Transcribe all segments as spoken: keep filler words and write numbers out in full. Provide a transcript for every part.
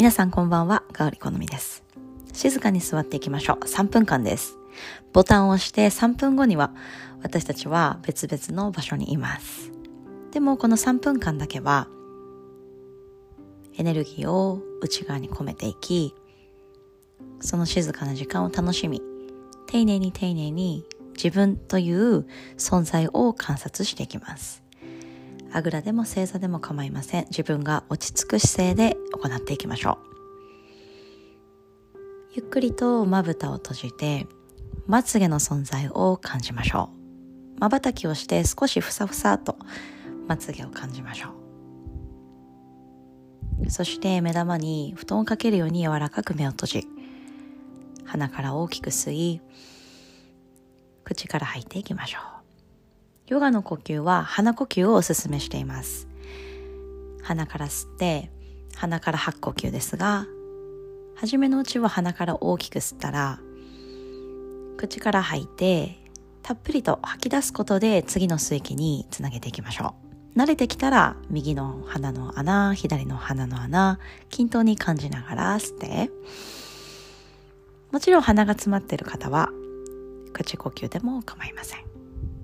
皆さんこんばんは、ガオリ好みです。静かに座っていきましょう。さんぷんかんです。ボタンを押してさんぷんごには私たちは別々の場所にいます。でもこのさんぷんかんだけはエネルギーを内側に込めていき、その静かな時間を楽しみ、丁寧に丁寧に自分という存在を観察していきます。あぐらでも正座でも構いません。自分が落ち着く姿勢で行っていきましょう。ゆっくりとまぶたを閉じて、まつげの存在を感じましょう。まばたきをして少しふさふさとまつげを感じましょう。そして目玉に布団をかけるように柔らかく目を閉じ、鼻から大きく吸い、口から吐いていきましょう。ヨガの呼吸は鼻呼吸をおすすめしています。鼻から吸って鼻から吐く呼吸ですが、初めのうちは鼻から大きく吸ったら口から吐いてたっぷりと吐き出すことで次の吸域につなげていきましょう。慣れてきたら右の鼻の穴、左の鼻の穴、均等に感じながら吸って、もちろん鼻が詰まっている方は口呼吸でも構いません。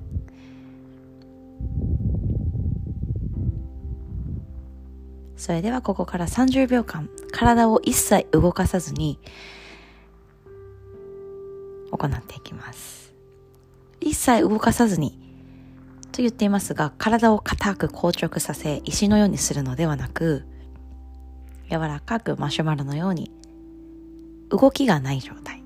それではここからさんじゅうびょうかん体を一切動かさずに行っていきます。一切動かさずにと言っていますが、体を硬く硬直させ石のようにするのではなく、柔らかくマシュマロのように動きがない状態、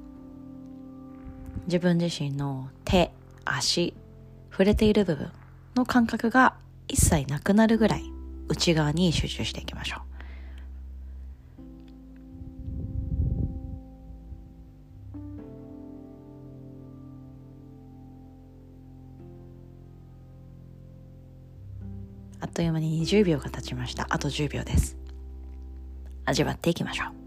自分自身の手、足、触れている部分の感覚が一切なくなるぐらい内側に集中していきましょう。あっという間ににじゅうびょうが経ちました。あとじゅうびょうです。味わっていきましょう。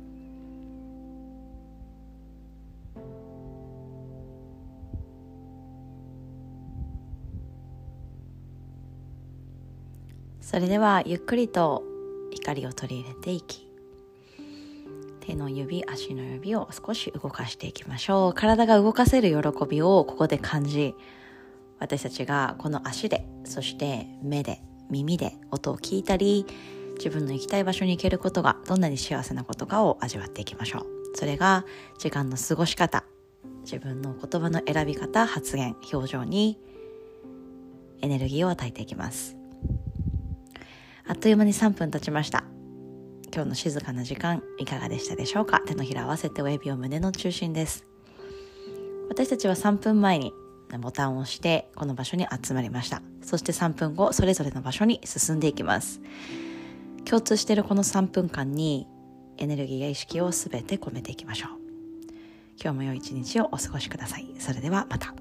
それではゆっくりと光を取り入れていき、手の指、足の指を少し動かしていきましょう。体が動かせる喜びをここで感じ、私たちがこの足で、そして目で、耳で音を聞いたり、自分の行きたい場所に行けることがどんなに幸せなことかを味わっていきましょう。それが時間の過ごし方、自分の言葉の選び方、発言、表情にエネルギーを与えていきます。あっという間にさんぷん経ちました。今日の静かな時間いかがでしたでしょうか。手のひらを合わせて親指を胸の中心です。私たちはさんぷんまえにボタンを押してこの場所に集まりました。そしてさんぷんごそれぞれの場所に進んでいきます。共通しているこのさんぷんかんにエネルギーや意識をすべて込めていきましょう。今日も良い一日をお過ごしください。それではまた。